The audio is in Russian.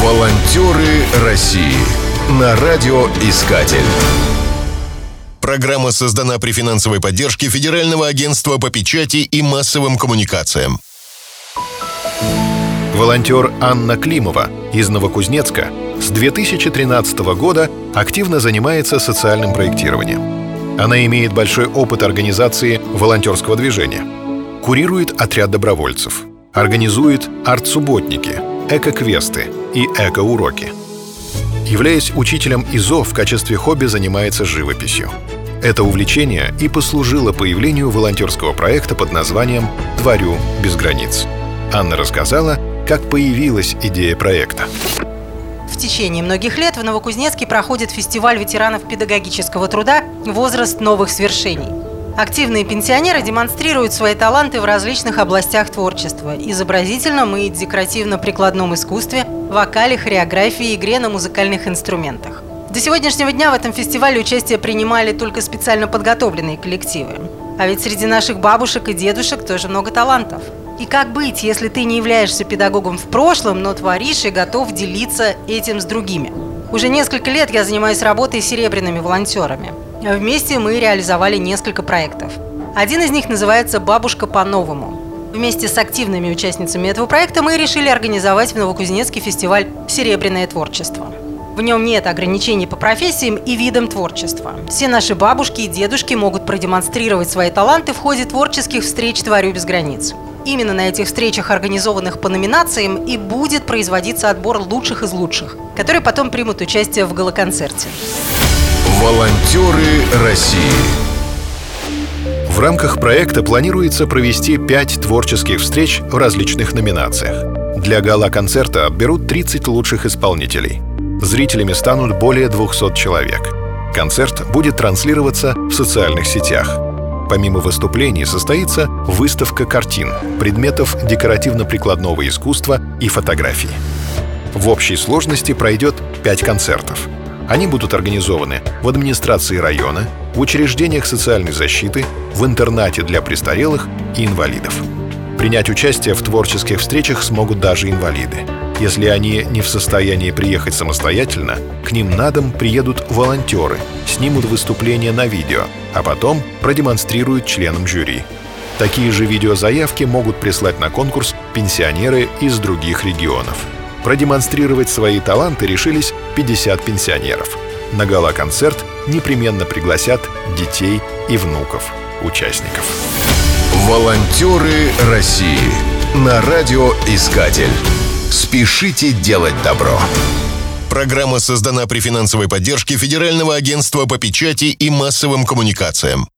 Волонтеры России на радиоискатель. Программа создана при финансовой поддержке Федерального агентства по печати и массовым коммуникациям. Волонтер Анна Климова из Новокузнецка с 2013 года активно занимается социальным проектированием. Она имеет большой опыт организации волонтерского движения. Курирует отряд добровольцев. Организует арт-субботники, эко-квесты и эко-уроки. Являясь учителем ИЗО, в качестве хобби занимается живописью. Это увлечение и послужило появлению волонтерского проекта под названием «Творю без границ». Анна рассказала, как появилась идея проекта. В течение многих лет в Новокузнецке проходит фестиваль ветеранов педагогического труда «Возраст новых свершений». Активные пенсионеры демонстрируют свои таланты в различных областях творчества – изобразительном и декоративно-прикладном искусстве, вокале, хореографии и игре на музыкальных инструментах. До сегодняшнего дня в этом фестивале участие принимали только специально подготовленные коллективы. А ведь среди наших бабушек и дедушек тоже много талантов. И как быть, если ты не являешься педагогом в прошлом, но творишь и готов делиться этим с другими? Уже несколько лет я занимаюсь работой с серебряными волонтерами. Вместе мы реализовали несколько проектов. Один из них называется «Бабушка по-новому». Вместе с активными участницами этого проекта мы решили организовать в Новокузнецке фестиваль «Серебряное творчество». В нем нет ограничений по профессиям и видам творчества. Все наши бабушки и дедушки могут продемонстрировать свои таланты в ходе творческих встреч «Творю без границ». Именно на этих встречах, организованных по номинациям, и будет производиться отбор лучших из лучших, которые потом примут участие в гала-концерте. Волонтеры России. В рамках проекта планируется провести 5 творческих встреч в различных номинациях. Для гала-концерта отберут 30 лучших исполнителей. Зрителями станут более 200 человек. Концерт будет транслироваться в социальных сетях. Помимо выступлений состоится выставка картин, предметов декоративно-прикладного искусства и фотографий. В общей сложности пройдет 5 концертов. Они будут организованы в администрации района, в учреждениях социальной защиты, в интернате для престарелых и инвалидов. Принять участие в творческих встречах смогут даже инвалиды. Если они не в состоянии приехать самостоятельно, к ним на дом приедут волонтеры, снимут выступление на видео, а потом продемонстрируют членам жюри. Такие же видеозаявки могут прислать на конкурс пенсионеры из других регионов. Продемонстрировать свои таланты решились 50 пенсионеров. На гала-концерт непременно пригласят детей и внуков участников. Волонтеры России на радиоискатель. Спешите делать добро. Программа создана при финансовой поддержке Федерального агентства по печати и массовым коммуникациям.